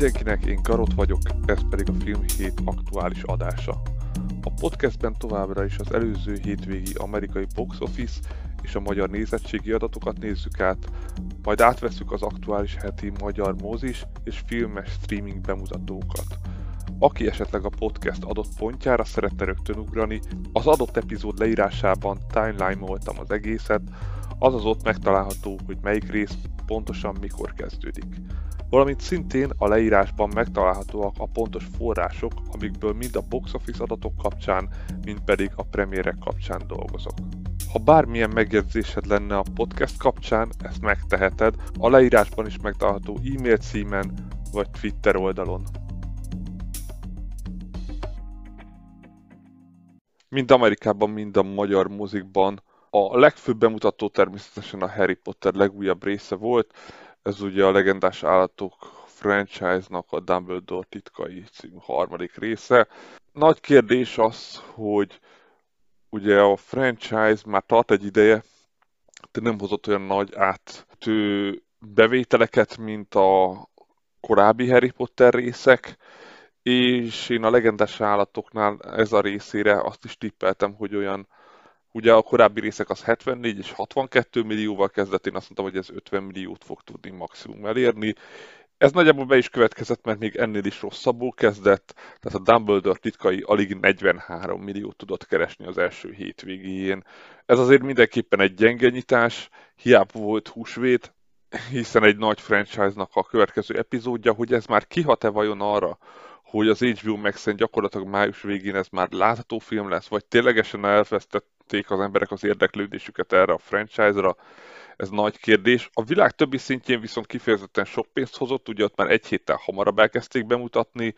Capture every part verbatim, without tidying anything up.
mindenkinek, én Garot vagyok, ez pedig a Filmhét aktuális adása. A podcastben továbbra is az előző hétvégi amerikai box office és a magyar nézettségi adatokat nézzük át, majd átvesszük az aktuális heti magyar mozis és filmes streaming bemutatókat. Aki esetleg a podcast adott pontjára szeretne rögtön ugrani, az adott epizód leírásában timeline-oltam az egészet, azaz ott megtalálható, hogy melyik rész pontosan mikor kezdődik. Valamint szintén a leírásban megtalálhatóak a pontos források, amikből mind a box office adatok kapcsán, mind pedig a premierek kapcsán dolgozok. Ha bármilyen megjegyzésed lenne a podcast kapcsán, ezt megteheted, a leírásban is megtalálható e-mail címen vagy Twitter oldalon. Mind Amerikában, mind a magyar mozikban a legfőbb bemutató természetesen a Harry Potter legújabb része volt. Ez ugye a Legendás Állatok franchise-nak a Dumbledore titkai című harmadik része. Nagy kérdés az, hogy ugye a franchise már tart egy ideje, de nem hozott olyan nagy áttő bevételeket, mint a korábbi Harry Potter részek, és én a Legendás Állatoknál ez a részére azt is tippeltem, hogy olyan, ugye a korábbi részek az hetvennégy és hatvankettő millióval kezdett, én azt mondtam, hogy ez ötven milliót fog tudni maximum elérni. Ez nagyjából be is következett, mert még ennél is rosszabbul kezdett, tehát a Dumbledore titkai alig negyvenhárom milliót tudott keresni az első hétvégéjén. Ez azért mindenképpen egy gyenge nyitás, hiába volt húsvét, hiszen egy nagy franchise-nak a következő epizódja, hogy ez már kihat-e vajon arra, hogy az há bé o Max-en gyakorlatilag május végén ez már látható film lesz, vagy ténylegesen elvesztették az emberek az érdeklődésüket erre a franchise-ra, ez nagy kérdés. A világ többi szintjén viszont kifejezetten sok pénzt hozott, ugye ott már egy héttel hamarabb elkezdték bemutatni,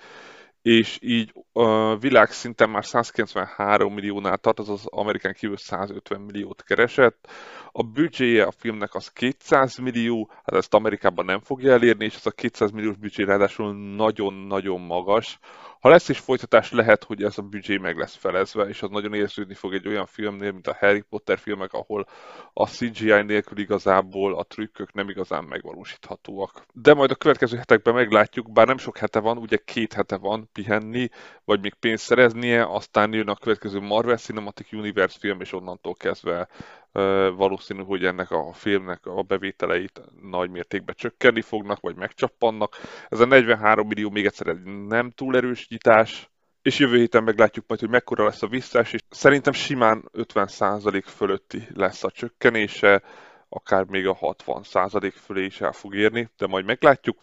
és így uh, világszinten már százkilencvenhárom milliónál tart, az az Amerikán kívül százötven milliót keresett. A büdzséje a filmnek az kétszáz millió, hát ezt Amerikában nem fogja elérni, és ez a kétszáz milliós büdzsé ráadásul nagyon-nagyon magas. Ha lesz is folytatás, lehet, hogy ez a büdzsé meg lesz felezve, és az nagyon érződni fog egy olyan filmnél, mint a Harry Potter filmek, ahol a cé gé í nélkül igazából a trükkök nem igazán megvalósíthatóak. De majd a következő hetekben meglátjuk, bár nem sok hete van, ugye két hete van pihenni, vagy még pénzt szereznie, aztán jön a következő Marvel Cinematic Universe film, és onnantól kezdve valószínű, hogy ennek a filmnek a bevételeit nagy mértékben csökkenni fognak, vagy megcsappannak. Ez a negyvenhárom millió még egyszer egy nem túl erős nyitás, és jövő héten meglátjuk majd, hogy mekkora lesz a visszaesés. Szerintem simán ötven százalék fölötti lesz a csökkenése, akár még a hatvan százalék fölé is el fog érni, de majd meglátjuk.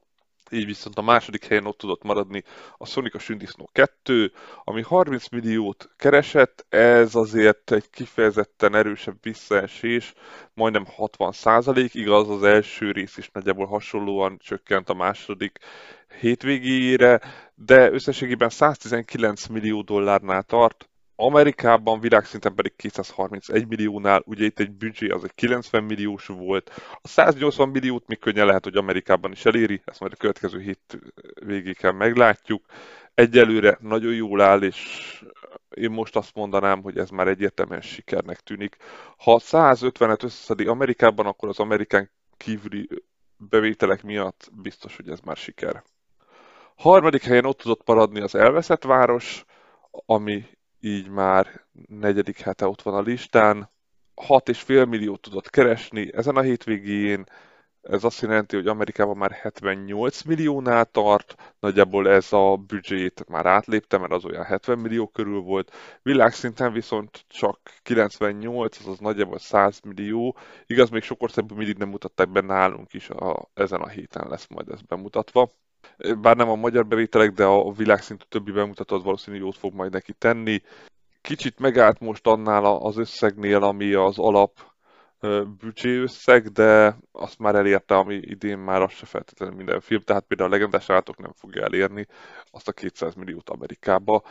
Így viszont a második helyen ott tudott maradni a Sonic a Sündisznó kettő, ami harminc milliót keresett, ez azért egy kifejezetten erősebb visszaesés, majdnem hatvan százalék, igaz az első rész is nagyjából hasonlóan csökkent a második hétvégéjére, de összességében száztizenkilenc millió dollárnál tart, Amerikában világszinten pedig kétszázharmincegy milliónál, ugye itt egy büdzsé az egy kilencven milliós volt, a száznyolcvan milliót még könnyen lehet, hogy Amerikában is eléri, ezt majd a következő hét végéken meglátjuk. Egyelőre nagyon jól áll, és én most azt mondanám, hogy ez már egyértelműen sikernek tűnik. Ha százötvenet összeszedi Amerikában, akkor az Amerikán kívüli bevételek miatt biztos, hogy ez már siker. Harmadik helyen ott tudott maradni az Elveszett város, ami így már negyedik hete ott van a listán. hat egész öt milliót tudott keresni ezen a hétvégén, ez azt jelenti, hogy Amerikában már hetvennyolc milliónál tart, nagyjából ez a büdzsét már átlépte, mert az olyan hetven millió körül volt. Világszinten viszont csak kilencvennyolc, azaz nagyjából száz millió. Igaz, még sok országban mindig nem mutatták be, nálunk is a, ezen a héten lesz majd ez bemutatva. Bár nem a magyar bevételek, de a világszintű többi bemutató az valószínűleg jót fog majd neki tenni. Kicsit megállt most annál az összegnél, ami az alap büdzsé összeg, de azt már elérte, ami idén már az se feltétlenül minden film, tehát például a Legendás Állatok nem fogja elérni azt a kétszáz milliót Amerikába.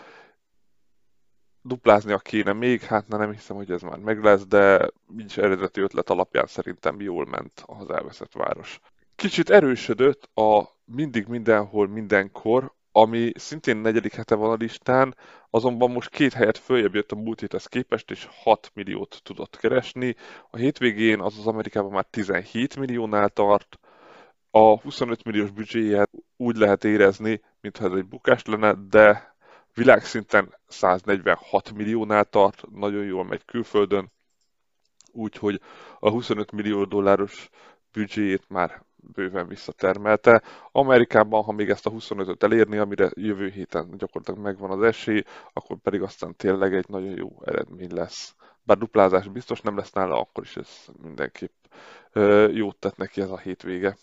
Dupláznia kéne még, hát nem hiszem, hogy ez már meg lesz, de így eredeti ötlet alapján szerintem jól ment az Elveszett város. Kicsit erősödött a Mindig mindenhol mindenkor, ami szintén negyedik hete van a listán, azonban most két helyet följebb jött a múlt héthez képest, és hat milliót tudott keresni. A hétvégén az az Amerikában már tizenhét milliónál tart, A huszonöt milliós büdzséjét úgy lehet érezni, mintha ez egy bukás lenne, de világszinten száznegyvenhat milliónál tart, nagyon jól megy külföldön, úgyhogy a huszonöt millió dolláros büdzséjét már bőven visszatermelte. Amerikában, ha még ezt a huszonötöt elérni, amire jövő héten gyakorlatilag megvan az esély, akkor pedig aztán tényleg egy nagyon jó eredmény lesz. Bár duplázás biztos nem lesz nála, akkor is ez mindenképp ö, jót tett neki ez a hétvége.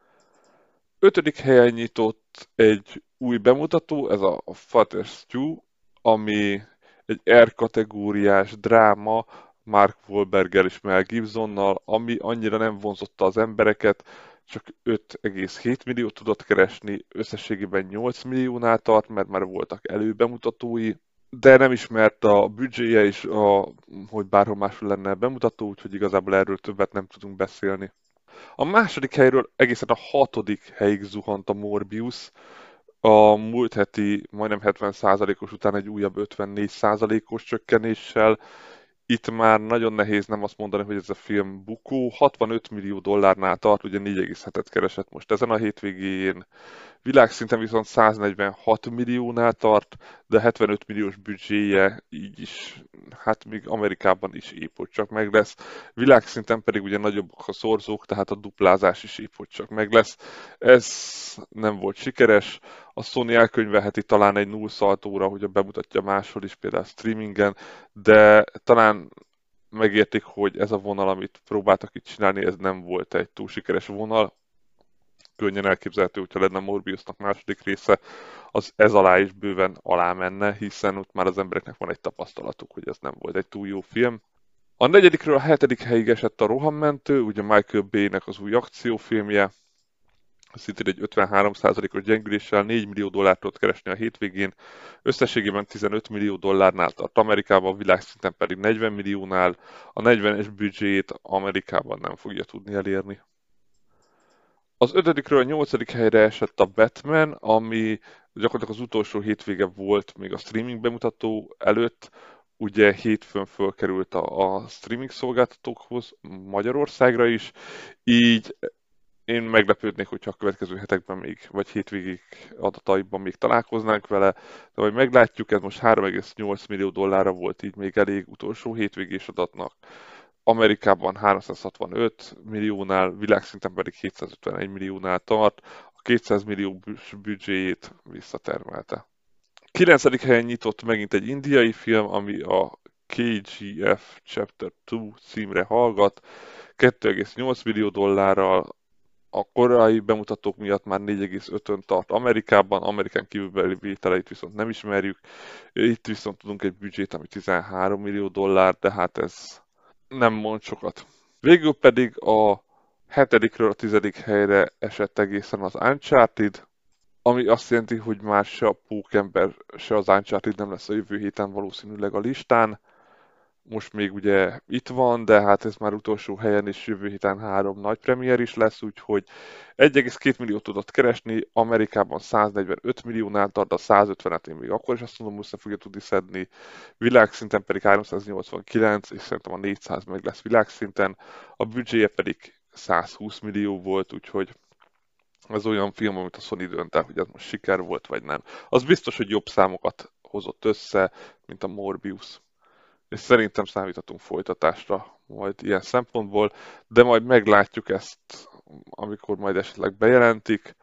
Ötödik helyen nyitott egy új bemutató, ez a Father Stew, ami egy R kategóriás dráma Mark Wahlberggel és Mel Gibsonnal, ami annyira nem vonzotta az embereket, csak öt egész hét milliót tudott keresni, összességében nyolc milliónál tart, mert már voltak előbemutatói, de nem ismert a büdzséje is, a, hogy bárhol máshol lenne bemutató, úgyhogy igazából erről többet nem tudunk beszélni. A második helyről egészen a hatodik helyig zuhant a Morbius, a múlt heti majdnem hetven százalékos után egy újabb ötvennégy százalékos csökkenéssel. Itt már nagyon nehéz nem azt mondani, hogy ez a film bukó. hatvanöt millió dollárnál tart, ugye négy egész hetet keresett most ezen a hétvégén. Világszinten viszont száznegyvenhat milliónál tart, de hetvenöt milliós büdzséje így is, hát még Amerikában is épp hogy csak meg lesz. Világszinten pedig ugye nagyobbak a szorzók, tehát a duplázás is épp hogy csak meg lesz. Ez nem volt sikeres. A Sony elkönyvelheti talán egy nullszaltóra, hogy bemutatja máshol is, például streamingen, de talán megértik, hogy ez a vonal, amit próbáltak itt csinálni, ez nem volt egy túl sikeres vonal. Könnyen elképzelhető, hogyha lenne Morbiusnak második része, az ez alá is bőven alá menne, hiszen ott már az embereknek van egy tapasztalatuk, hogy ez nem volt egy túl jó film. A negyedikről a hetedik helyig esett a Rohammentő, ugye Michael Bay-nek az új akciófilmje, szintén egy ötvenhárom százalékos gyengüléssel négy millió dollárt tudott keresni a hétvégén, összességében tizenöt millió dollárnál tart Amerikában, világszinten pedig negyven milliónál, a negyvenes büdzséjét Amerikában nem fogja tudni elérni. Az ötödikről a nyolcadik helyre esett a Batman, ami gyakorlatilag az utolsó hétvége volt még a streaming bemutató előtt, ugye hétfőn fölkerült a, a streaming szolgáltatókhoz, Magyarországra is, így én meglepődnék, hogyha a következő hetekben még, vagy hétvégig adataiban még találkoznánk vele, de majd meglátjuk, ez most három egész nyolc millió dollárra volt így még elég utolsó hétvégés adatnak. Amerikában háromszázhatvanöt milliónál, világszinten pedig hétszázötvenegy milliónál tart, a kétszáz millió büdzséjét visszatermelte. kilencedik helyen nyitott megint egy indiai film, ami a ká gé ef Chapter kettő címre hallgat, két egész nyolc millió dollárral, a korai bemutatók miatt már négy egész ötön tart Amerikában, Amerikán kívülbeli vételeit viszont nem ismerjük. Itt viszont tudunk egy büdzsét, ami tizenhárom millió dollár, de hát ez nem mond sokat. Végül pedig a hetedikről a tizedik helyre esett egészen az Uncharted, ami azt jelenti, hogy már se a Pókember, se az Uncharted nem lesz a jövő héten valószínűleg a listán. Most még ugye itt van, de hát ez már utolsó helyen, és jövő héten három nagy premier is lesz, úgyhogy egy egész két milliót tudott keresni, Amerikában száznegyvenöt milliónál tart, a százötvenet én még akkor is azt mondom, össze fogja tudni szedni, világszinten pedig háromszáznyolcvankilenc, és szerintem a négyszáz meg lesz világszinten, a büdzséje pedig százhúsz millió volt, úgyhogy ez olyan film, amit a Sony dönt el, hogy ez most siker volt, vagy nem. Az biztos, hogy jobb számokat hozott össze, mint a Morbius. És szerintem számíthatunk folytatásra majd ilyen szempontból, de majd meglátjuk ezt, amikor majd esetleg bejelentik.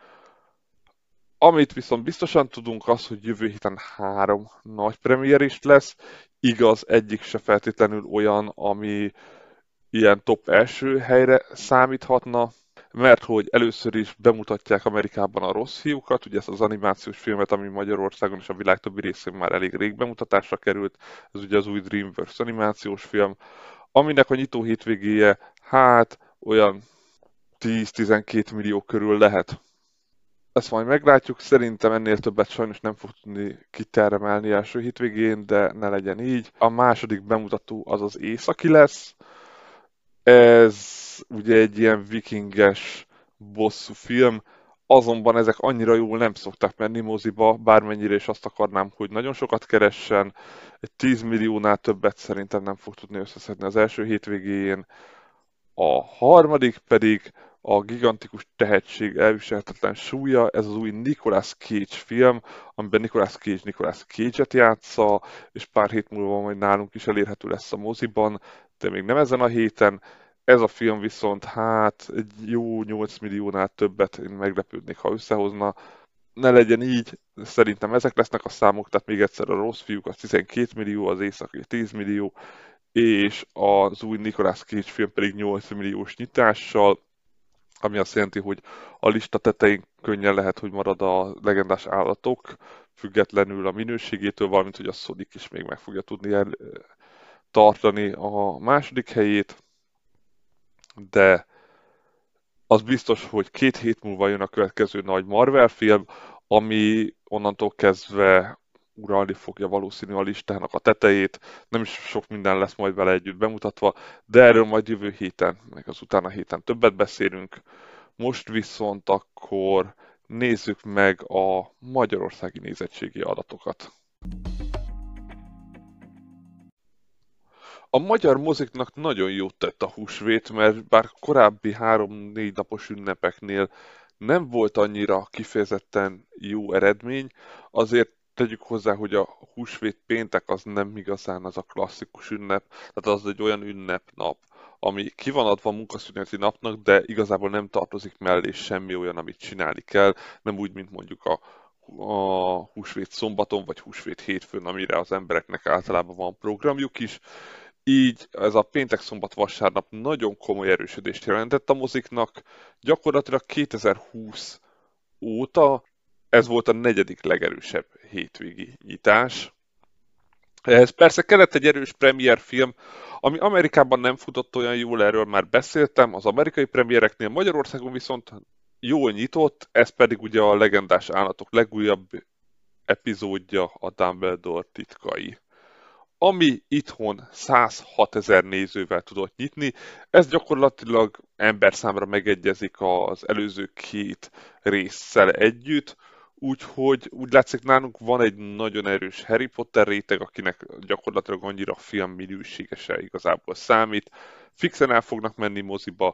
Amit viszont biztosan tudunk az, hogy jövő héten három nagy premier is lesz, igaz, egyik se feltétlenül olyan, ami ilyen top első helyre számíthatna, mert hogy először is bemutatják Amerikában a Rossz fiúkat, ugye ezt az animációs filmet, ami Magyarországon és a világ többi részén már elég rég bemutatásra került, ez ugye az új DreamWorks animációs film, aminek a nyitó hétvégéje, hát olyan tíz-tizenkét millió körül lehet. Ezt majd meglátjuk, szerintem ennél többet sajnos nem fog tudni kitermelni első hétvégén, de ne legyen így. A második bemutató az az északi lesz, ez ugye egy ilyen vikinges bosszú film, azonban ezek annyira jól nem szoktak menni moziba, bármennyire is azt akarnám, hogy nagyon sokat keressen, egy tíz milliónál többet szerintem nem fog tudni összeszedni az első hétvégén. A harmadik pedig a gigantikus tehetség elviselhetetlen súlya, ez az új Nicolas Cage film, amiben Nicolas Cage Nicolas Cage-et játsza, és pár hét múlva majd nálunk is elérhető lesz a moziban, de még nem ezen a héten. Ez a film viszont hát egy jó nyolc milliónál többet én meglepődnék, ha összehozna. Ne legyen így, szerintem ezek lesznek a számok, tehát még egyszer a Rossz fiúk az tizenkét millió, az Éjszakai tíz millió, és az új Nicolas Cage film pedig nyolc milliós nyitással, ami azt jelenti, hogy a lista tetején könnyen lehet, hogy marad a legendás állatok, függetlenül a minőségétől, valamint hogy a Sonic is még meg fogja tudni el, tartani a második helyét, de az biztos, hogy két hét múlva jön a következő nagy Marvel film, ami onnantól kezdve uralni fogja valószínű a listának a tetejét. Nem is sok minden lesz majd vele együtt bemutatva, de erről majd jövő héten, meg az utána héten többet beszélünk. Most viszont akkor nézzük meg a magyarországi nézettségi adatokat. A magyar moziknak nagyon jót tett a húsvét, mert bár korábbi három-négy napos ünnepeknél nem volt annyira kifejezetten jó eredmény, azért tegyük hozzá, hogy a húsvét péntek az nem igazán az a klasszikus ünnep, tehát az egy olyan ünnepnap, ami ki van adva a munkaszüneti napnak, de igazából nem tartozik mellé semmi olyan, amit csinálni kell, nem úgy, mint mondjuk a a húsvét szombaton, vagy húsvét hétfőn, amire az embereknek általában van programjuk is. Így ez a péntek, szombat, vasárnap nagyon komoly erősödést jelentett a moziknak. Gyakorlatilag kétezer-húsz óta ez volt a negyedik legerősebb hétvégi nyitás. Ehhez persze kellett egy erős premier film, ami Amerikában nem futott olyan jól, erről már beszéltem, az amerikai premiereknél, Magyarországon viszont jól nyitott, ez pedig ugye a legendás állatok legújabb epizódja, a Dumbledore titkai, ami itthon százhat ezer nézővel tudott nyitni. Ez gyakorlatilag ember számra megegyezik az előző két résszel együtt, úgyhogy úgy látszik nálunk van egy nagyon erős Harry Potter réteg, akinek gyakorlatilag annyira film minőségese igazából számít. Fixen el fognak menni moziba,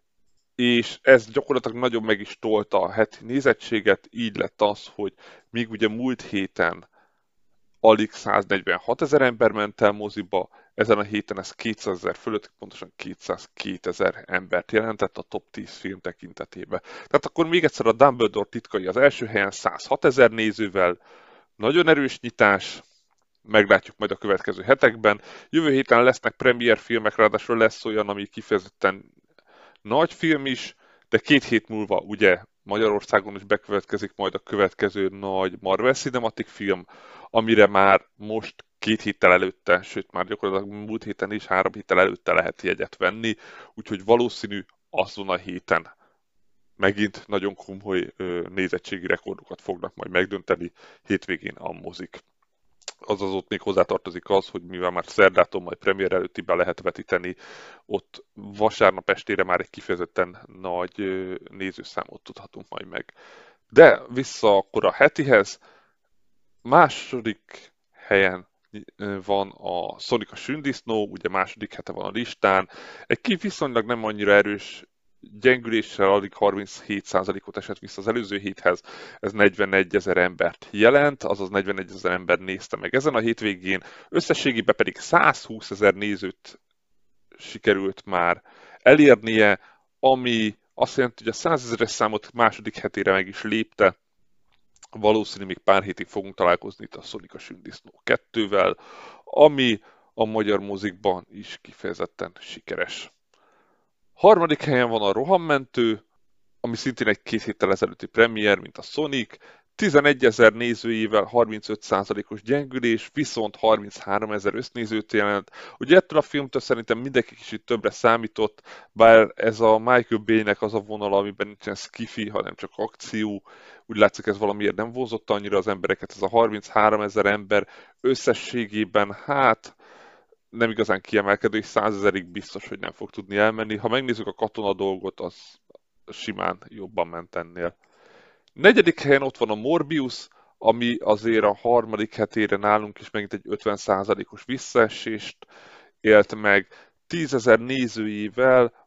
és ez gyakorlatilag nagyon meg is tolta a heti nézettséget, így lett az, hogy míg ugye múlt héten alig száznegyvenhat ezer ember ment el moziba, ezen a héten ez kétszázezer fölött, pontosan kétszázkétezer embert jelentett a top tíz film tekintetében. Tehát akkor még egyszer a Dumbledore titkai az első helyen százhat ezer nézővel, nagyon erős nyitás, meglátjuk majd a következő hetekben. Jövő héten lesznek premier filmek, ráadásul lesz olyan, ami kifejezetten nagy film is, de két hét múlva ugye Magyarországon is bekövetkezik majd a következő nagy Marvel Cinematic film, amire már most két héttel előtte, sőt már gyakorlatilag múlt héten is három héttel előtte lehet jegyet venni, úgyhogy valószínű azon a héten megint nagyon komoly nézettségi rekordokat fognak majd megdönteni hétvégén a mozik. Azaz ott még hozzátartozik az, hogy mivel már szerdától majd premier előtti be lehet vetíteni, ott vasárnap estére már egy kifejezetten nagy nézőszámot tudhatunk majd meg. De vissza akkor a hetihez, második helyen van a Sonic a Sündisznó, ugye második hete van a listán, egy viszonylag nem annyira erős gyengüléssel alig harminchét százalékot esett vissza az előző héthez, ez negyvenegy ezer embert jelent, azaz negyvenegy ezer ember nézte meg ezen a hétvégén, összességében pedig százhúsz ezer nézőt sikerült már elérnie, ami azt jelenti, hogy a százezeres számot második hetére meg is lépte, valószínű még pár hétig fogunk találkozni itt a Sonic a Sündisznó kettővel, ami a magyar mozikban is kifejezetten sikeres. Harmadik helyen van a Rohammentő, ami szintén egy két héttel ezelőtti premier, mint a Sonic, tizenegy ezer nézőjével harmincöt százalékos gyengülés, viszont harminchárom ezer össznézőt jelent. Ugye ettől a filmtől szerintem mindenki kicsit többre számított, bár ez a Michael Bay-nek az a vonal, amiben nincsen skifi, hanem csak akció, úgy látszik ez valamiért nem vonzotta annyira az embereket, ez a harminchárom ezer ember összességében, hát nem igazán kiemelkedő, és százezerig biztos, hogy nem fog tudni elmenni. Ha megnézzük a katona dolgot, az simán jobban ment ennél. Negyedik helyen ott van a Morbius, ami azért a harmadik hetére nálunk is megint egy ötven százalékos visszaesést élt meg. tízezer nézőjével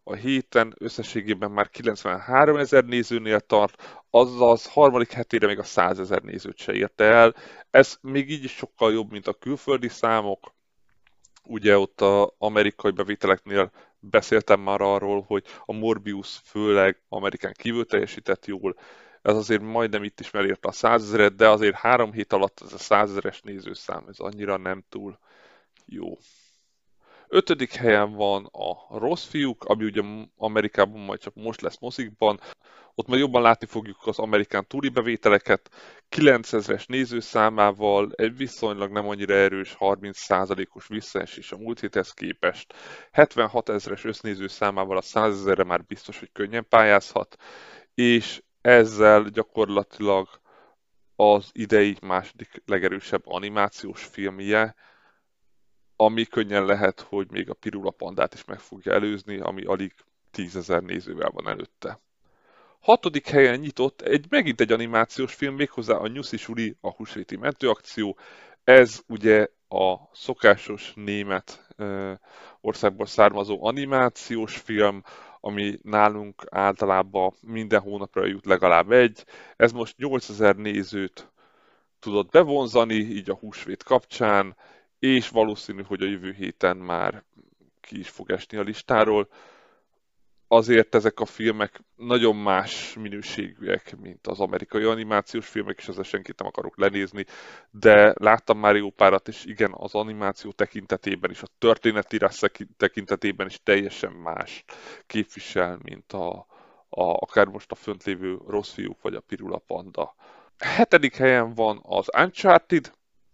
a héten összességében már kilencvenhárom ezer nézőnél tart, azaz harmadik hetére még a száz ezer nézőt se érte el. Ez még így is sokkal jobb, mint a külföldi számok. Ugye ott az amerikai bevételeknél beszéltem már arról, hogy a Morbius főleg Amerikán kívül teljesített jól. Ez azért majdnem itt is elérte a százezret, de azért három hét alatt ez a százezeres nézőszám, ez annyira nem túl jó. Ötödik helyen van a Rossz fiúk, ami ugye Amerikában majd csak most lesz mozikban. Ott majd jobban látni fogjuk az amerikán túli bevételeket. kilencezres nézőszámával egy viszonylag nem annyira erős harminc százalékos visszaesés a múlt héthez képest. hetvenhat ezres össznézőszámával a száz ezerre már biztos, hogy könnyen pályázhat. És ezzel gyakorlatilag az idei második legerősebb animációs filmje, ami könnyen lehet, hogy még a Pirula Pandát is meg fogja előzni, ami alig tízezer nézővel van előtte. Hatodik helyen nyitott egy megint egy animációs film, méghozzá a Nyuszi Suli, a húsvéti mentőakció. Ez ugye a szokásos német ö, országból származó animációs film, ami nálunk általában minden hónapra jut legalább egy. Ez most nyolcezer nézőt tudott bevonzani, így a húsvét kapcsán, és valószínű, hogy a jövő héten már ki is fog esni a listáról. Azért ezek a filmek nagyon más minőségűek, mint az amerikai animációs filmek, és ezzel senkit nem akarok lenézni, de láttam már jó párat, és igen, az animáció tekintetében is, a történetírás tekintetében is teljesen más képvisel, mint a, a, akár most a fönt lévő Rossz fiúk, vagy a Pirula Panda. Hetedik helyen van az Uncharted,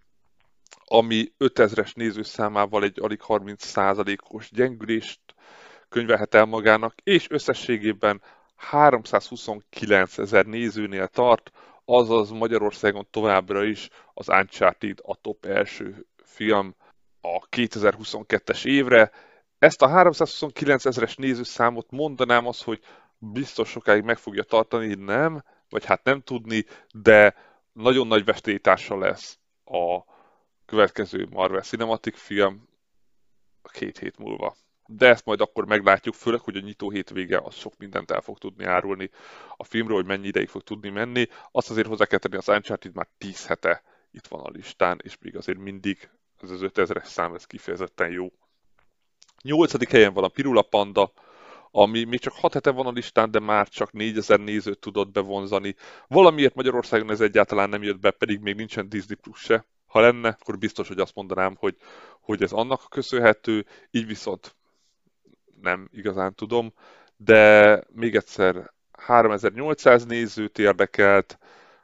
ami ötezres nézőszámával egy alig harminc százalékos gyengülést könyvelhet el magának, és összességében háromszázhuszonkilenc ezer nézőnél tart, azaz Magyarországon továbbra is az Uncharted a top első film a kétezer-huszonkettes évre. Ezt a háromszázhuszonkilenc ezeres nézőszámot mondanám az, hogy biztos sokáig meg fogja tartani, nem, vagy hát nem tudni, de nagyon nagy vestélytársa lesz a következő Marvel Cinematic film két hét múlva. De ezt majd akkor meglátjuk, főleg, hogy a nyitó hétvége az sok mindent el fog tudni árulni a filmről, hogy mennyi ideig fog tudni menni. Azt azért hozzá kell tenni, az Uncharted már tíz hete itt van a listán, és még azért mindig ez az ötezres szám, ez kifejezetten jó. Nyolcadik helyen van a Pirula Panda, ami még csak hat hete van a listán, de már csak négyezer nézőt tudott bevonzani. Valamiért Magyarországon ez egyáltalán nem jött be, pedig még nincsen Disney Plus se. Ha lenne, akkor biztos, hogy azt mondanám, hogy, hogy ez annak köszönhető, így viszont nem igazán tudom, de még egyszer háromezer-nyolcszáz nézőt érdekelt,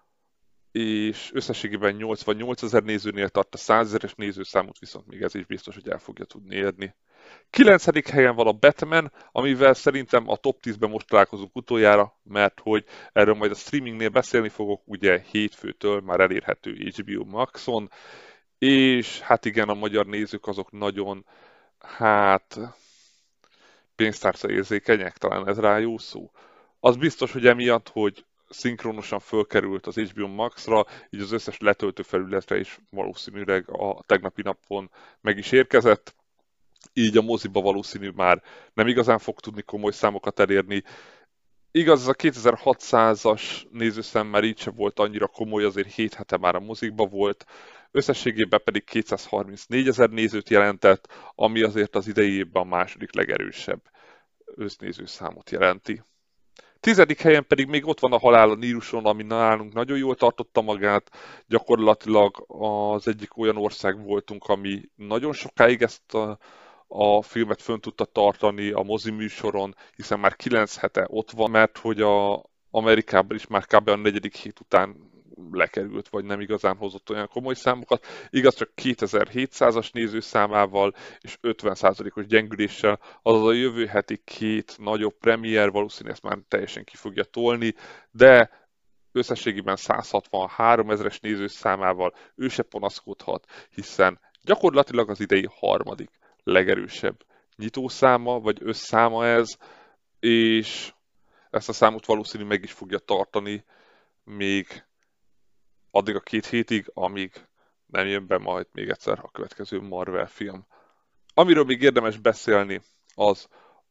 és összességében nyolcvannyolc ezer nézőnél tart a száz ezeres nézőszámot, viszont még ez is biztos, hogy el fogja tudni érni. Kilencedik helyen van a Batman, amivel szerintem a top tízben most találkozunk utoljára, mert hogy erről majd a streamingnél beszélni fogok, ugye hétfőtől már elérhető há bé o Maxon, és hát igen, a magyar nézők azok nagyon, hát pénztárca érzékenyek, talán ez rá jó szó. Az biztos, hogy emiatt, hogy szinkronosan fölkerült az há bé o Maxra, így az összes letöltő felületre is valószínűleg a tegnapi napon meg is érkezett, így a moziba valószínű már nem igazán fog tudni komoly számokat elérni. Igaz, ez a kétezer-hatszázas nézőszám már így sem volt annyira komoly, azért hét hete már a mozikba volt, összességében pedig kétszázharmincnégy ezer nézőt jelentett, ami azért az idei évben a második legerősebb össznézőszámot jelenti. Tizedik helyen pedig még ott van a Halál a Níluson, ami nálunk nagyon jól tartotta magát. Gyakorlatilag az egyik olyan ország voltunk, ami nagyon sokáig ezt a, a filmet fönn tudta tartani a mozi műsoron, hiszen már kilenc hete ott van, mert hogy a Amerikában is már kb. A negyedik hét után lekerült, vagy nem igazán hozott olyan komoly számokat. Igaz, csak kétezer-hétszázas nézőszámával és ötven százalékos gyengüléssel, azaz a jövő heti két nagyobb premier valószínűleg ezt már teljesen ki fogja tolni, de összességében száz hatvanhárom ezeres nézőszámával ő se panaszkodhat, hiszen gyakorlatilag az idei harmadik legerősebb nyitószáma, vagy összszáma ez, és ezt a számot valószínűleg meg is fogja tartani még addig a két hétig, amíg nem jön be majd még egyszer a következő Marvel film. Amiről még érdemes beszélni, az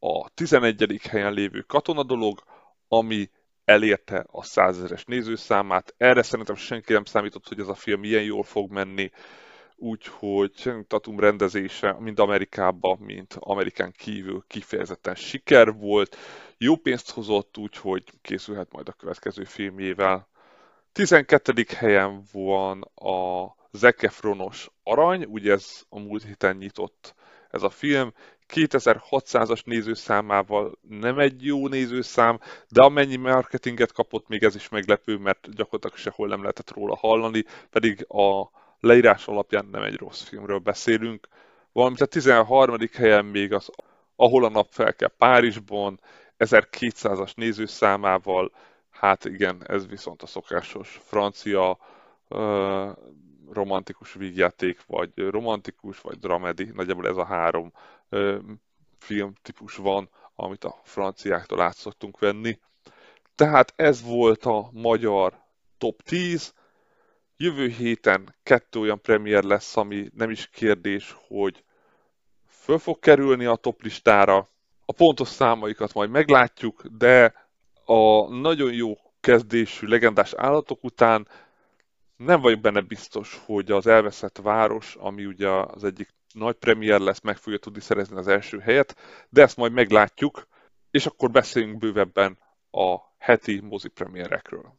a tizenegyedik helyen lévő Katona dolog, ami elérte a százezeres nézőszámát. Erre szerintem senki nem számított, hogy ez a film ilyen jól fog menni, úgyhogy Channing Tatum rendezése mind Amerikában, mint Amerikán kívül kifejezetten siker volt. Jó pénzt hozott, úgyhogy készülhet majd a következő filmjével. tizenkettedik helyen van a Zac Efronos Arany, ugye ez a múlt héten nyitott ez a film. kétezer-hatszázas nézőszámával nem egy jó nézőszám, de amennyi marketinget kapott, még ez is meglepő, mert gyakorlatilag sehol nem lehetett róla hallani, pedig a leírás alapján nem egy rossz filmről beszélünk. Valamint a tizenharmadik helyen még az Ahol a nap felkel Párizsban, ezerkétszázas nézőszámával. Hát igen, ez viszont a szokásos francia uh, romantikus vígjáték, vagy romantikus, vagy dramedi. Nagyjából ez a három uh, filmtípus van, amit a franciáktól át szoktunk venni. Tehát ez volt a magyar top tíz. Jövő héten kettő olyan premier lesz, ami nem is kérdés, hogy föl fog kerülni a top listára. A pontos számaikat majd meglátjuk, de a nagyon jó kezdésű legendás állatok után nem vagyok benne biztos, hogy az Elveszett város, ami ugye az egyik nagy premier lesz, meg fogja tudni szerezni az első helyet, de ezt majd meglátjuk, és akkor beszéljünk bővebben a heti mozi premierekről.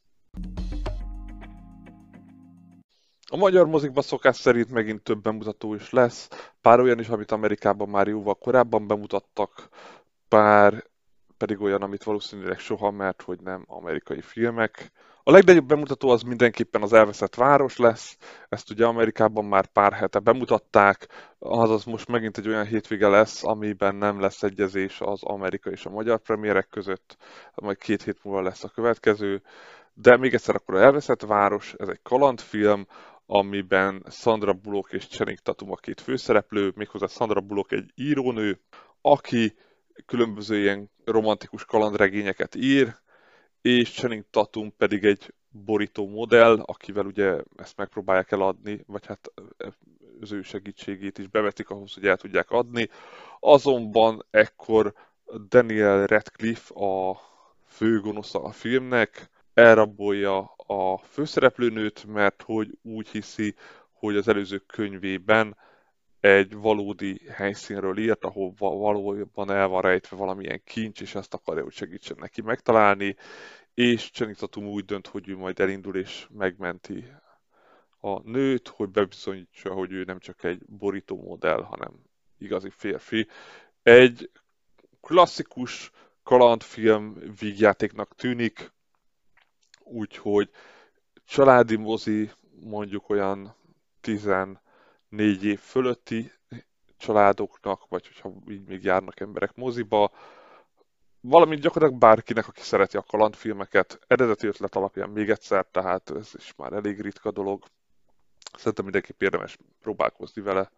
A magyar mozikban szokás szerint megint több bemutató is lesz, pár olyan is, amit Amerikában már jóval korábban bemutattak, pár pedig olyan, amit valószínűleg soha, mert hogy nem amerikai filmek. A legnagyobb bemutató az mindenképpen az Elveszett város lesz, ezt ugye Amerikában már pár hete bemutatták, azaz most megint egy olyan hétvége lesz, amiben nem lesz egyezés az amerikai és a magyar premierek között, majd két hét múlva lesz a következő. De még egyszer akkor az Elveszett város, ez egy kalandfilm, amiben Sandra Bullock és Channing Tatum a két főszereplő, méghozzá Sandra Bullock egy írónő, aki különböző ilyen romantikus kalandregényeket ír, és Channing Tatum pedig egy borító modell, akivel ugye ezt megpróbálják eladni, vagy hát az ő segítségét is bevetik ahhoz, hogy el tudják adni. Azonban ekkor Daniel Radcliffe, a főgonosza a filmnek, elrabolja a főszereplőnőt, mert hogy úgy hiszi, hogy az előző könyvében egy valódi helyszínről írt, ahol valójában el van rejtve valamilyen kincs, és ezt akarja, hogy segítsen neki megtalálni, és Channing Tatum úgy dönt, hogy ő majd elindul és megmenti a nőt, hogy bebizonyítsa, hogy ő nem csak egy borító modell, hanem igazi férfi. Egy klasszikus kalandfilm vígjátéknak tűnik, úgyhogy családi mozi, mondjuk olyan tizennégy év fölötti családoknak, vagy hogyha így még járnak emberek moziba, valamint gyakorlatilag bárkinek, aki szereti a kalandfilmeket, eredeti ötlet alapján még egyszer, tehát ez is már elég ritka dolog. Szerintem mindenképp érdemes próbálkozni vele.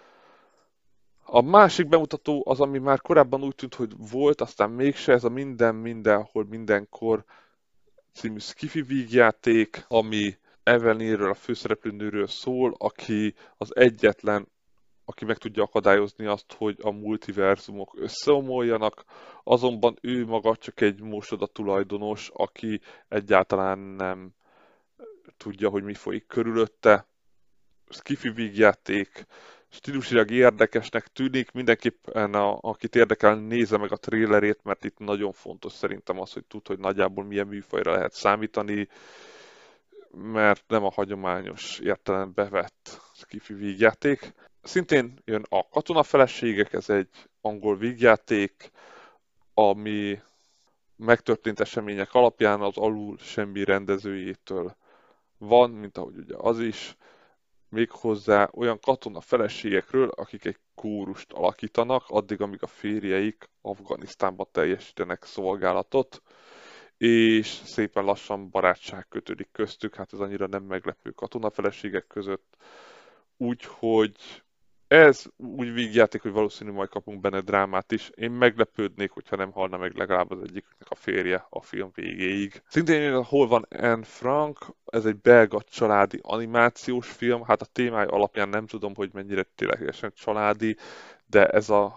A másik bemutató az, ami már korábban úgy tűnt, hogy volt, aztán mégse, ez a Minden, Mindenhol, Mindenkor című skifi vígjáték, ami Evelynről, a főszereplőnőről szól, aki az egyetlen, aki meg tudja akadályozni azt, hogy a multiverzumok összeomoljanak, azonban ő maga csak egy mosoda tulajdonos, aki egyáltalán nem tudja, hogy mi folyik körülötte. Skifi vígjáték, stílusilag érdekesnek tűnik, mindenképpen a, akit érdekel, nézze meg a trailerét, mert itt nagyon fontos szerintem az, hogy tud, hogy nagyjából milyen műfajra lehet számítani, mert nem a hagyományos értelembe vett skifi vígjáték. Szintén jön a Katonafeleségek, ez egy angol vígjáték, ami megtörtént események alapján az Alul semmi rendezőjétől van, mint ahogy ugye az is, méghozzá olyan katona feleségekről, akik egy kórust alakítanak, addig, amíg a férjeik Afganisztánban teljesítenek szolgálatot, és szépen lassan barátság kötődik köztük, hát ez annyira nem meglepő katona feleségek között, úgyhogy ez úgy vígjáték, hogy valószínű majd kapunk benne drámát is. Én meglepődnék, hogyha nem halna meg legalább az egyiknek a férje a film végéig. Szintén jön, hol van Anne Frank, ez egy belga családi animációs film. Hát a témája alapján nem tudom, hogy mennyire ténylegesen családi, de ez a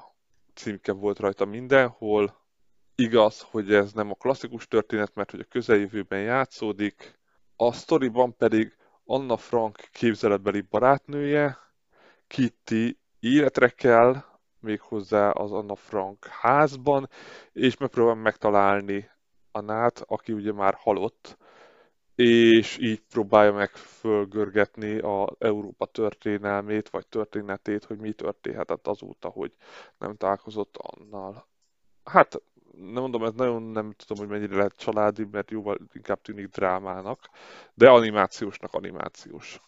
címke volt rajta mindenhol. Igaz, hogy ez nem a klasszikus történet, mert hogy a közeljövőben játszódik. A sztoriban pedig Anna Frank képzeletbeli barátnője, Kitty életre kell, méghozzá az Anna Frank házban, és megpróbál megtalálni Annát, aki ugye már halott, és így próbálja meg fölgörgetni az Európa történelmét, vagy történetét, hogy mi történhetett azóta, hogy nem találkozott Annal. Hát nem mondom, ez nagyon nem tudom, hogy mennyire lehet családi, mert jóval inkább tűnik drámának, de animációsnak animációs.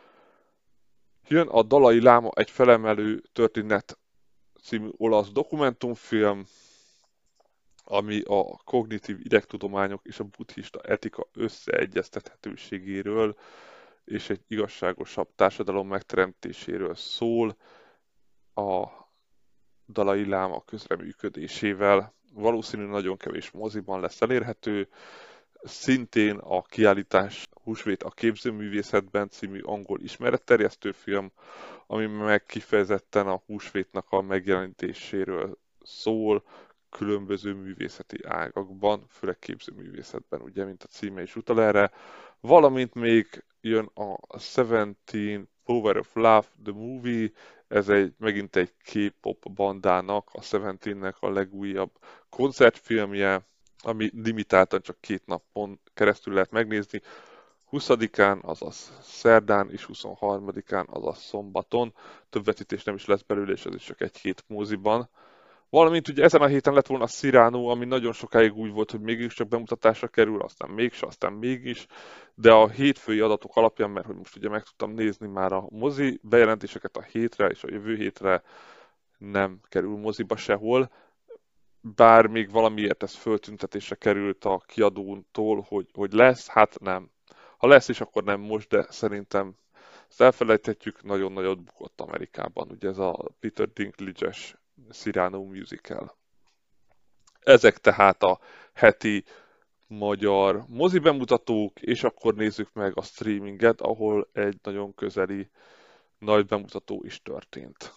Jön a Dalai Láma egy felemelő történet című olasz dokumentumfilm, ami a kognitív idegtudományok és a buddhista etika összeegyeztethetőségéről és egy igazságosabb társadalom megteremtéséről szól a Dalai Láma közreműködésével. Valószínűleg nagyon kevés moziban lesz elérhető. Szintén a kiállítás Húsvét a képzőművészetben című angol ismeretterjesztő film, ami meg kifejezetten a húsvétnak a megjelenítéséről szól, különböző művészeti ágakban, főleg képzőművészetben, ugye, mint a címe is utal erre. Valamint még jön a Seventeen Power of Love, the Movie, ez egy, megint egy K-pop bandának, a Seventeennek a legújabb koncertfilmje, ami limitáltan csak két napon keresztül lehet megnézni. huszadikán, azaz szerdán, és huszonharmadikán, azaz szombaton. Több vetítés nem is lesz belőle, és ez is csak egy-két moziban. Valamint ugye ezen a héten lett volna a Cyrano, ami nagyon sokáig úgy volt, hogy mégiscsak bemutatásra kerül, aztán mégse, aztán mégis, de a hétfői adatok alapján, mert hogy most ugye meg tudtam nézni már a mozi bejelentéseket a hétre, és a jövő hétre nem kerül moziba sehol, bár még valamiért ez föltüntetésre került a kiadóntól, hogy, hogy lesz, hát nem. Ha lesz is, akkor nem most, de szerintem ezt elfelejthetjük, nagyon nagyot bukott Amerikában, ugye ez a Peter Dinklage-es Cyrano musical. Ezek tehát a heti magyar mozi bemutatók, és akkor nézzük meg a streaminget, ahol egy nagyon közeli nagy bemutató is történt.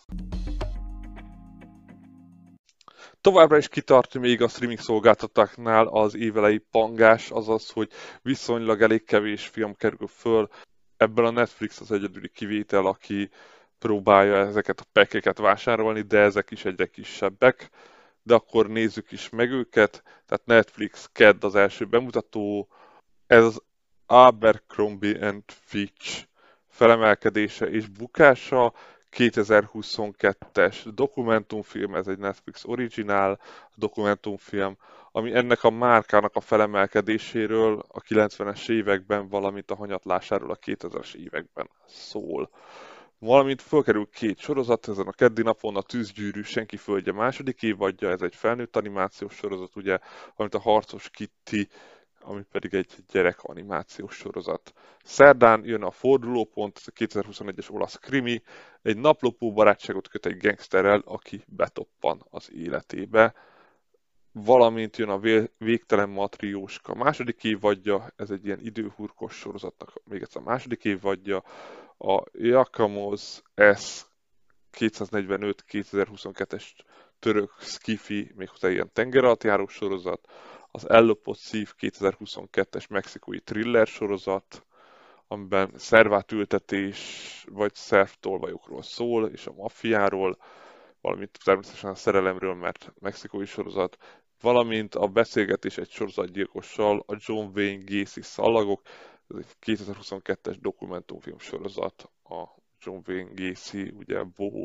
Továbbra is kitart még a streaming szolgáltatóknál az évelei pangás, azaz, hogy viszonylag elég kevés film kerül föl. Ebből a Netflix az egyedüli kivétel, aki próbálja ezeket a pekeket vásárolni, de ezek is egyre kisebbek. De akkor nézzük is meg őket. Tehát Netflix kedd az első bemutató, ez az Abercrombie and Fitch felemelkedése és bukása, kétezer-huszonkettes dokumentumfilm, ez egy Netflix originál dokumentumfilm, ami ennek a márkának a felemelkedéséről a kilencvenes években, valamint a hanyatlásáról a kétezres években szól. Valamint fölkerül két sorozat, ezen a keddi napon a Tűzgyűrű Senki Földje második évadja, ez egy felnőtt animációs sorozat, ugye, valamint a Harcos Kitty, ami pedig egy gyerek animációs sorozat. Szerdán jön a Fordulópont, ez a kétezer-huszonegyes olasz krimi, egy naplopó barátságot köt egy gangsterrel, aki betoppan az életébe. Valamint jön a Végtelen Matrióska második évadja, ez egy ilyen időhurkos sorozatnak még egyszer a második évadja. A Jakamoz S kétszáznegyvenöt kétezer-huszonkettes török skifi, méghozzá ilyen tengeralattjáró sorozat, az Ellopott Szív kétezer-huszonkettes mexikói thriller sorozat, amiben szervátültetés vagy szervtolvajokról szól, és a maffiáról, valamint természetesen a szerelemről, mert mexikói sorozat, valamint a Beszélgetés egy sorozatgyilkossal, a John Wayne Gacy Szallagok, ez egy kétezer-huszonkettes dokumentumfilm sorozat, a John Wayne Gacy, ugye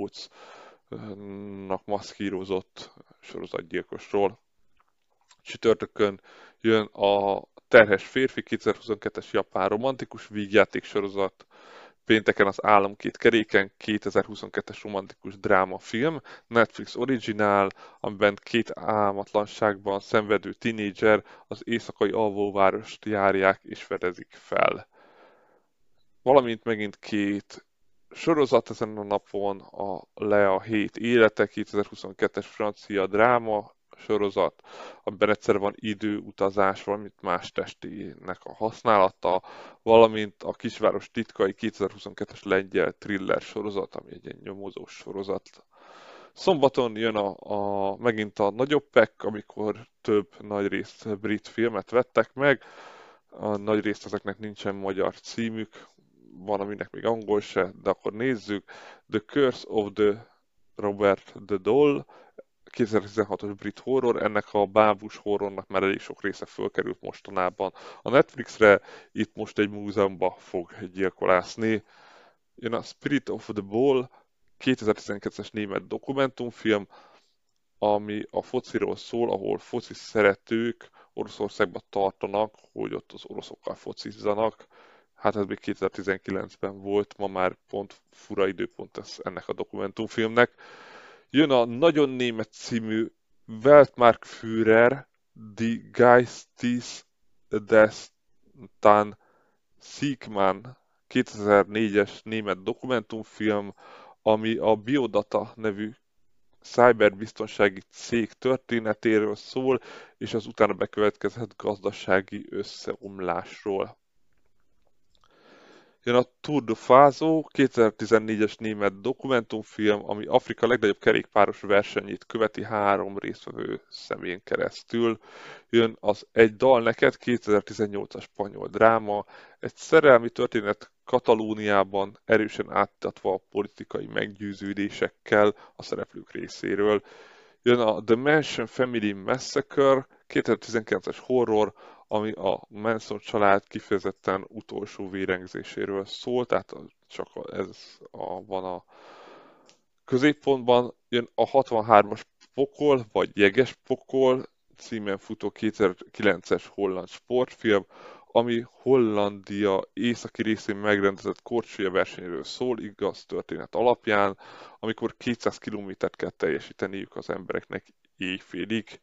bohócnak maszkírozott sorozatgyilkosról. Csütörtökön jön a Terhes férfi, kétezer-huszonkettes japán romantikus vígjáték sorozat, pénteken az Állam két keréken, kétezer-huszonkettes romantikus drámafilm, Netflix originál, amiben két álmatlanságban szenvedő tinédzser az éjszakai alvóvárost járják és fedezik fel. Valamint megint két sorozat ezen a napon, a Lea hét élete, kétezer-huszonkettes francia dráma sorozat, amiben egyszer van időutazás, valamint más testének a használata, valamint a Kisváros titkai kétezer-huszonkettes lengyel thriller sorozat, ami egy ilyen nyomozós sorozat. Szombaton jön a, a, megint a nagyobb pack, amikor több nagyrészt brit filmet vettek meg. A nagyrészt ezeknek nincsen magyar címük, van aminek még angol se, de akkor nézzük. The Curse of the Robert the Doll, kétezer-tizenhatos brit horror, ennek a bábus horrornak már elég sok része fölkerült mostanában a Netflixre, itt most egy múzeumba fog gyilkolászni. Jön a Spirit of the Ball, kétezer-tizenkettes német dokumentumfilm, ami a fociról szól, ahol foci szeretők Oroszországban tartanak, hogy ott az oroszokkal focizzanak. Hát ez még kétezer-tizenkilencben volt, ma már pont fura időpont ez ennek a dokumentumfilmnek. Jön a nagyon német című Weltmarktführer, Die Geistes des Tan Siegmann kétezer-négyes német dokumentumfilm, ami a Biodata nevű szájberbiztonsági cég történetéről szól, és az utána bekövetkezett gazdasági összeomlásról. Jön a Tour de Fázó, kétezer-tizennégyes német dokumentumfilm, ami Afrika legnagyobb kerékpáros versenyét követi három résztvevő szemén keresztül. Jön az Egy dal neked, kétezer-tizennyolcas spanyol dráma, egy szerelmi történet Katalóniában erősen áttatva a politikai meggyőződésekkel a szereplők részéről. Jön a The Manson Family Massacre, kétezer-tizenkilences horror, ami a Manson család kifejezetten utolsó vérengzéséről szól, tehát csak ez a, van a középpontban. Jön a hatvanhármas Pokol, vagy Jeges Pokol címen futó kétezer-kilences holland sportfilm, ami Hollandia északi részén megrendezett korcsolya versenyről szól, igaz történet alapján, amikor kétszáz kilométert kell teljesíteniük az embereknek éjfélig.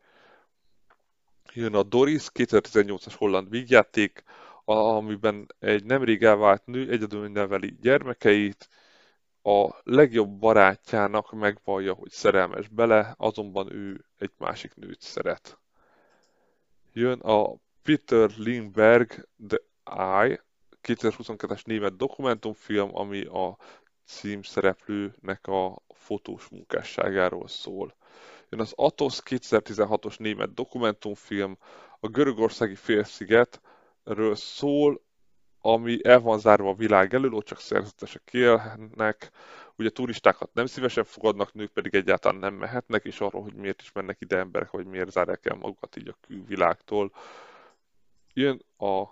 Jön a Doris, kétezer-tizennyolcas holland vígjáték, amiben egy nemrég elvált nő egyedül neveli gyermekeit, a legjobb barátjának megvallja, hogy szerelmes bele, azonban ő egy másik nőt szeret. Jön a Peter Lindbergh The Eye, kétezer-huszonkettes német dokumentumfilm, ami a címszereplőnek a fotós munkásságáról szól. Jön az Athos, kétezer-tizenhatos német dokumentumfilm, a görögországi félszigetről szól, ami el van zárva a világ elől, ott csak szerzetesek élnek, ugye turistákat nem szívesen fogadnak, nők pedig egyáltalán nem mehetnek, és arról, hogy miért is mennek ide emberek, vagy miért zárják el magukat így a külvilágtól. Jön a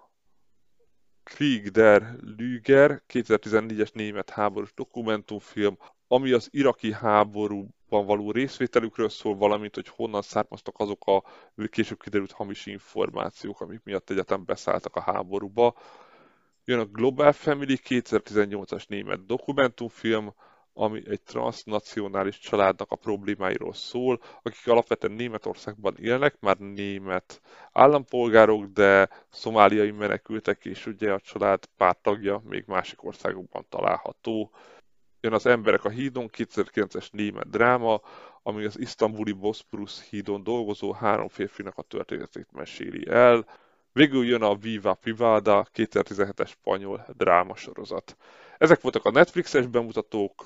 Krieg der Lüger, kétezer-tizennégyes német háborús dokumentumfilm, ami az iraki háborúban való részvételükről szól, valamint, hogy honnan származtak azok a később kiderült hamis információk, amik miatt egyetem beszálltak a háborúba. Jön a Global Family, kétezer-tizennyolcas német dokumentumfilm, ami egy transnacionális családnak a problémáiról szól, akik alapvetően Németországban élnek, már német állampolgárok, de szomáliai menekültek, és ugye a család pár tagja még másik országokban található. Jön az Emberek a hídon, kétezer-kilences német dráma, ami az isztambuli Bosporus hídon dolgozó három férfinak a történetét meséli el. Végül jön a Viva Privada, kétezer-tizenhetes spanyol drámasorozat. Ezek voltak a Netflixes bemutatók,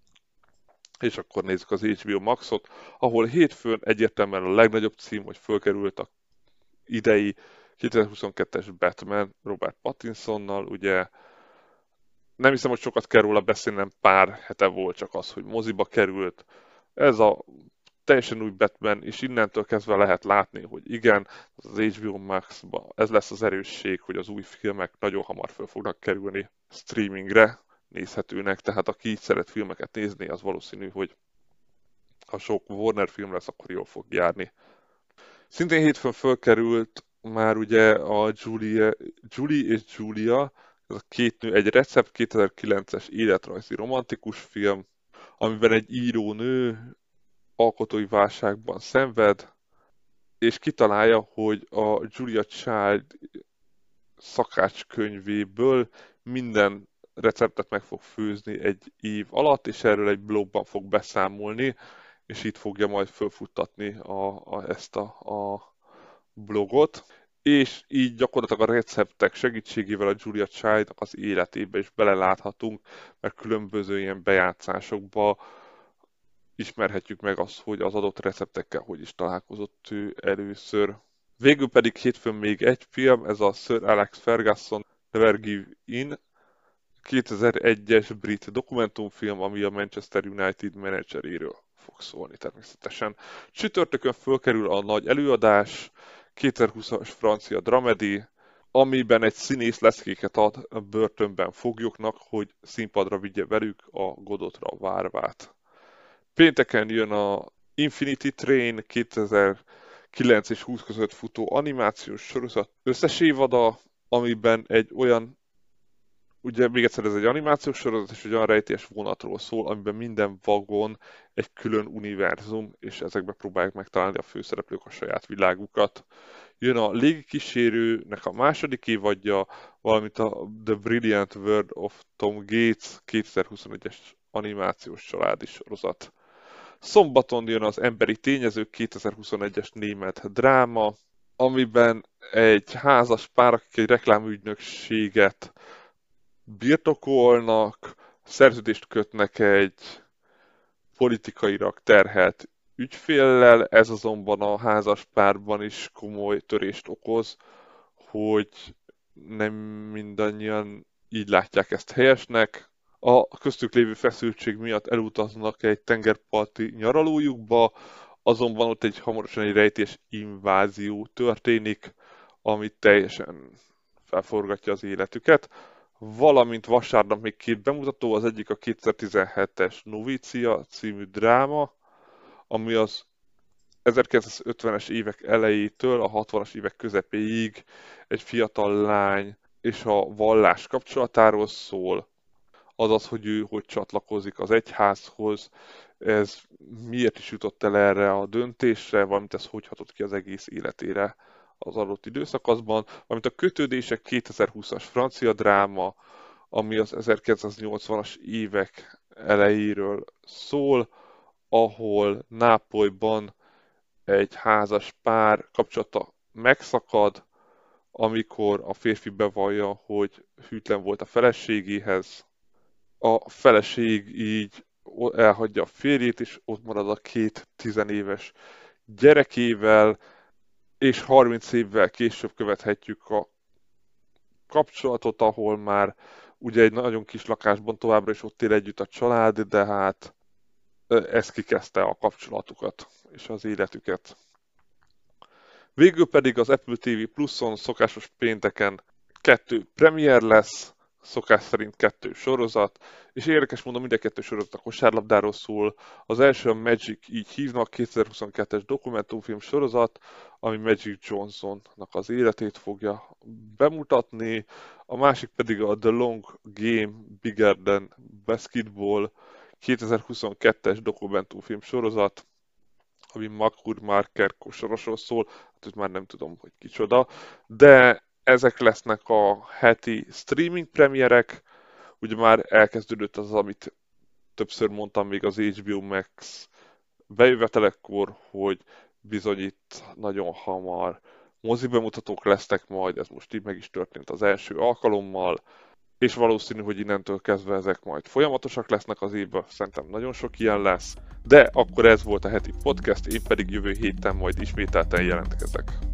és akkor nézzük az há bé o Maxot, ahol hétfőn egyértelműen a legnagyobb cím, hogy fölkerült a idei kétezer-huszonkettes Batman Robert Pattinsonnal, ugye nem hiszem, hogy sokat kell róla beszélnem, pár hete volt csak az, hogy moziba került. Ez a teljesen új Batman, és innentől kezdve lehet látni, hogy igen, az há bé o Max-ba ez lesz az erősség, hogy az új filmek nagyon hamar föl fognak kerülni streamingre nézhetőnek, tehát aki így szeret filmeket nézni, az valószínű, hogy ha sok Warner film lesz, akkor jól fog járni. Szintén hétfőn fölkerült már ugye a Julie, Julie és Julia, ez a két nő, egy recept kétezer-kilences életrajzi romantikus film, amiben egy írónő alkotói válságban szenved, és kitalálja, hogy a Julia Child szakácskönyvéből minden receptet meg fog főzni egy év alatt, és erről egy blogban fog beszámolni, és itt fogja majd fölfuttatni a, a, ezt a, a blogot, és így gyakorlatilag a receptek segítségével a Julia Child-nak az életébe is beleláthatunk, mert különböző ilyen bejátszásokba ismerhetjük meg azt, hogy az adott receptekkel hogy is találkozott ő először. Végül pedig hétfőn még egy film, ez a Sir Alex Ferguson Never Give In, kétezer-egyes brit dokumentumfilm, ami a Manchester United menedzseréről fog szólni természetesen. Csütörtökön fölkerül a nagy előadás, kétezer-húszas francia dramedy, amiben egy színész leszkéket ad a börtönben foglyoknak, hogy színpadra vigye velük a Godotra várvát. Pénteken jön a Infinity Train kétezer-kilenc és húsz között futó animációs sorozat összes évada, amiben egy olyan, ugye még egyszer ez egy animációs sorozat, és egy olyan rejtélyes vonatról szól, amiben minden vagon egy külön univerzum, és ezekben próbálják megtalálni a főszereplők a saját világukat. Jön a Légikísérőnek a második évadja, valamint a The Brilliant World of Tom Gates kétezer-huszonegyes animációs családi sorozat. Szombaton jön az Emberi Tényezők kétezer-huszonegyes német dráma, amiben egy házas pár, akik egy reklámügynökséget birtokolnak, szerződést kötnek egy politikailag terhelt ügyféllel, ez azonban a házas párban is komoly törést okoz, hogy nem mindannyian így látják ezt helyesnek. A köztük lévő feszültség miatt elutaznak egy tengerparti nyaralójukba, azonban ott egy hamarosan egy rejtés invázió történik, ami teljesen felforgatja az életüket. Valamint vasárnap még két bemutató, az egyik a kétezer-tizenhetes Novícia című dráma, ami az ezerkilencszázötvenes évek elejétől a hatvanas évek közepéig egy fiatal lány és a vallás kapcsolatáról szól, azaz, hogy ő hogy csatlakozik az egyházhoz, ez miért is jutott el erre a döntésre, valamint ez hogy hatott ki az egész életére az adott időszakaszban, valamint a Kötődések kétezer-húszas francia dráma, ami az ezerkilencszáznyolcvanas évek elejéről szól, ahol Nápolyban egy házas pár kapcsolata megszakad, amikor a férfi bevallja, hogy hűtlen volt a feleségéhez. A feleség így elhagyja a férjét, és ott marad a két tizenéves gyerekével, és harminc évvel később követhetjük a kapcsolatot, ahol már ugye egy nagyon kis lakásban továbbra is ott él együtt a család, de hát ez kikezdte a kapcsolatukat és az életüket. Végül pedig az Apple té vé Pluson szokásos pénteken kettő premier lesz, szokás szerint kettő sorozat, és érdekes mondom, mind a kettő sorozat a kosárlabdáról szól. Az első a Magic, így hívnak, kétezer-huszonkettes dokumentumfilm sorozat, ami Magic Johnsonnak az életét fogja bemutatni, a másik pedig a The Long Game Bigger Than Basketball kétezer-huszonkettes dokumentumfilm sorozat, ami Makur Marker kosarasról szól, hát ez már nem tudom, hogy kicsoda, de ezek lesznek a heti streaming premierek, ugye már elkezdődött az, amit többször mondtam még az há bé o Max bejövetelekkor, hogy bizony itt nagyon hamar mozi bemutatók lesznek majd, ez most így meg is történt az első alkalommal, és valószínű, hogy innentől kezdve ezek majd folyamatosak lesznek az évben, szerintem nagyon sok ilyen lesz, de akkor ez volt a heti podcast, én pedig jövő héten majd ismételten jelentkezek.